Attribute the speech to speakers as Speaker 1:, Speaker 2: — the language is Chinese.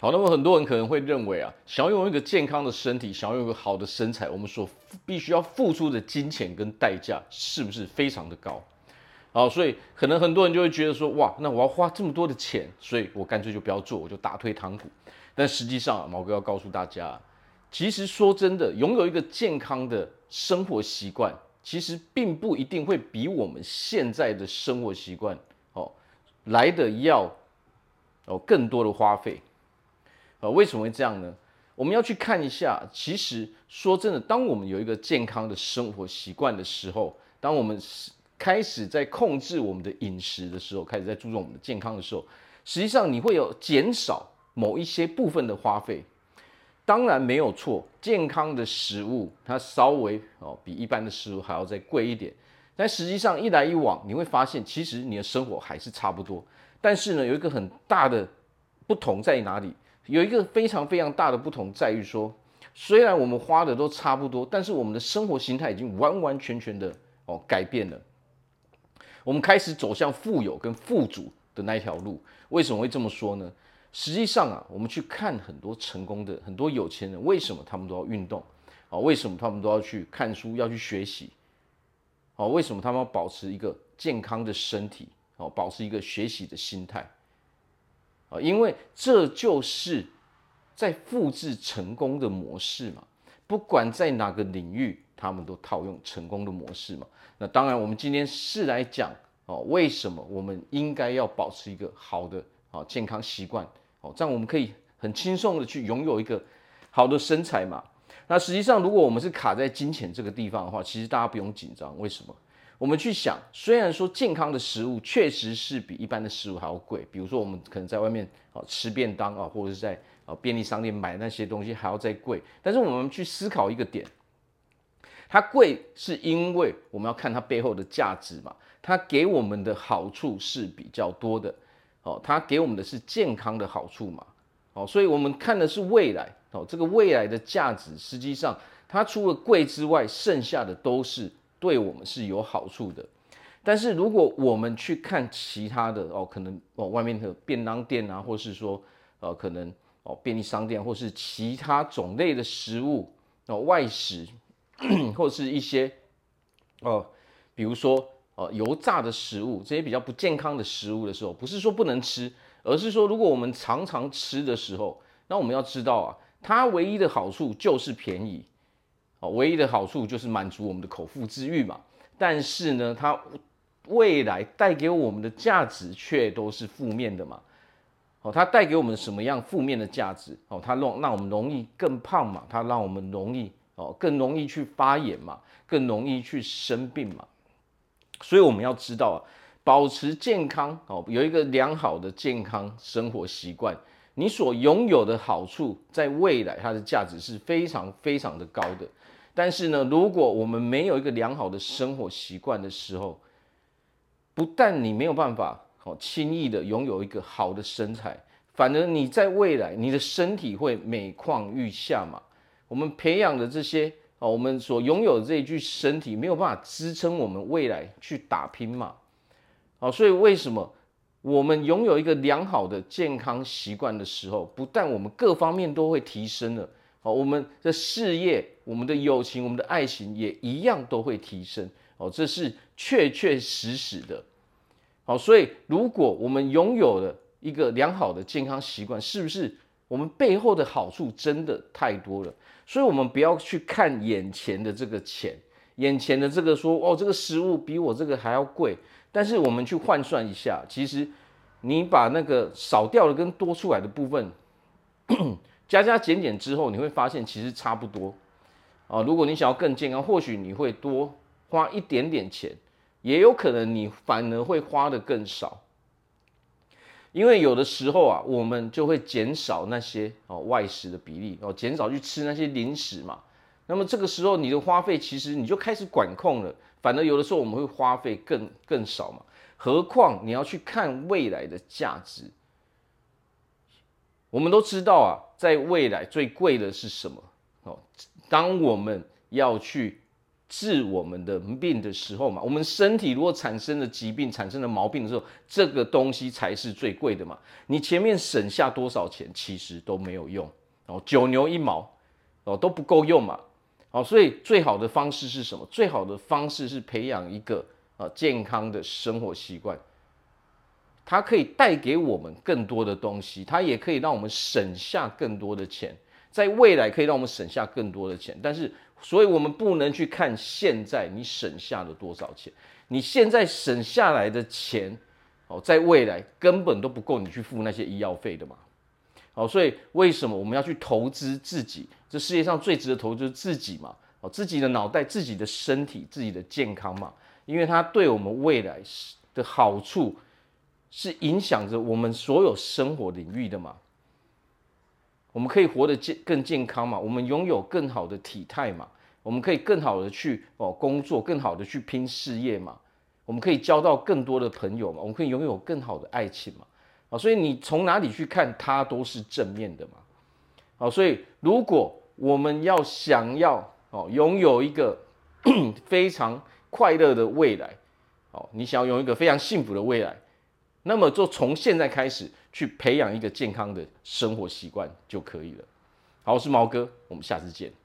Speaker 1: 好，那么很多人可能会认为啊，想要拥有一个健康的身体，想要拥有一个好的身材，我们必须要付出的金钱跟代价是不是非常的高？好，所以可能很多人就会觉得说，哇，那我要花这么多的钱，所以我干脆就不要做，我就打退堂鼓。但实际上啊，毛哥要告诉大家，其实说真的，拥有一个健康的生活习惯，其实并不一定会比我们现在的生活习惯来的要更多的花费。为什么会这样呢？我们要去看一下，其实说真的，当我们有一个健康的生活习惯的时候，当我们开始在控制我们的饮食的时候，开始在注重我们的健康的时候，实际上你会有减少某一些部分的花费。当然没有错，健康的食物它稍微比一般的食物还要再贵一点，但实际上一来一往，你会发现其实你的生活还是差不多。但是呢，有一个很大的不同在哪里？有一个非常非常大的不同在于说，虽然我们花的都差不多，但是我们的生活形态已经完完全全的改变了。我们开始走向富有跟富足的那一条路。为什么会这么说呢？实际上啊，我们去看很多成功的、很多有钱人，为什么他们都要运动？为什么他们都要去看书、要去学习？为什么他们要保持一个健康的身体？保持一个学习的心态？因为这就是在复制成功的模式嘛。不管在哪个领域，他们都套用成功的模式嘛。那当然，我们今天是来讲为什么我们应该要保持一个好的健康习惯这样我们可以很轻松的去拥有一个好的身材嘛。那实际上，如果我们是卡在金钱这个地方的话，其实大家不用紧张。为什么？我们去想，虽然说健康的食物确实是比一般的食物还要贵，比如说我们可能在外面吃便当或者是在便利商店买那些东西还要再贵，但是我们去思考一个点，它贵是因为我们要看它背后的价值嘛，它给我们的好处是比较多的，它给我们的是健康的好处嘛，所以我们看的是未来，这个未来的价值，实际上它除了贵之外，剩下的都是对我们是有好处的。但是如果我们去看其他的可能外面的便当店啊，或是说可能便利商店，或是其他种类的食物外食，或是一些比如说油炸的食物，这些比较不健康的食物的时候，不是说不能吃，而是说如果我们常常吃的时候，那我们要知道啊，它唯一的好处就是便宜，唯一的好处就是满足我们的口腹之欲嘛。但是呢，它未来带给我们的价值却都是负面的嘛。它带给我们什么样负面的价值？它让我们容易更胖嘛，它让我们更容易去发炎嘛，更容易去生病嘛。所以我们要知道啊，保持健康有一个良好的健康生活习惯，你所拥有的好处，在未来它的价值是非常非常的高的。但是呢，如果我们没有一个良好的生活习惯的时候，不但你没有办法轻易的拥有一个好的身材，反而你在未来你的身体会每况愈下嘛。我们培养的这些我们所拥有的这一具身体没有办法支撑我们未来去打拼嘛。所以为什么我们拥有一个良好的健康习惯的时候，不但我们各方面都会提升了，我们的事业、我们的友情、我们的爱情也一样都会提升，这是确确实实的。所以如果我们拥有了一个良好的健康习惯，是不是我们背后的好处真的太多了？所以我们不要去看眼前的这个钱，眼前的这个说这个食物比我这个还要贵，但是我们去换算一下，其实你把那个少掉的跟多出来的部分加加减减之后，你会发现其实差不多。如果你想要更健康，或许你会多花一点点钱，也有可能你反而会花的更少。因为有的时候啊，我们就会减少那些外食的比例，减少去吃那些零食嘛。那么这个时候你的花费其实你就开始管控了，反而有的时候我们会花费更少嘛。何况你要去看未来的价值，我们都知道啊，在未来最贵的是什么？当我们要去治我们的病的时候嘛，我们身体如果产生了疾病、产生了毛病的时候，这个东西才是最贵的嘛。你前面省下多少钱，其实都没有用哦，9牛1毛哦都不够用嘛。好，所以最好的方式是什么？最好的方式是培养一个健康的生活习惯，它可以带给我们更多的东西，它也可以让我们省下更多的钱，在未来可以让我们省下更多的钱。但是，所以我们不能去看现在你省下了多少钱，你现在省下来的钱，在未来根本都不够你去付那些医药费的嘛。好，所以为什么我们要去投资自己？这世界上最值得投资就是自己嘛，自己的脑袋、自己的身体、自己的健康嘛，因为它对我们未来的好处是影响着我们所有生活领域的嘛。我们可以活得更健康嘛，我们拥有更好的体态嘛，我们可以更好的去工作，更好的去拼事业嘛，我们可以交到更多的朋友嘛，我们可以拥有更好的爱情嘛。所以你从哪里去看它都是正面的嘛。好，所以如果我们想要拥有一个非常快乐的未来，你想要拥有一个非常幸福的未来，那么就从现在开始去培养一个健康的生活习惯就可以了。好，我是毛哥，我们下次见。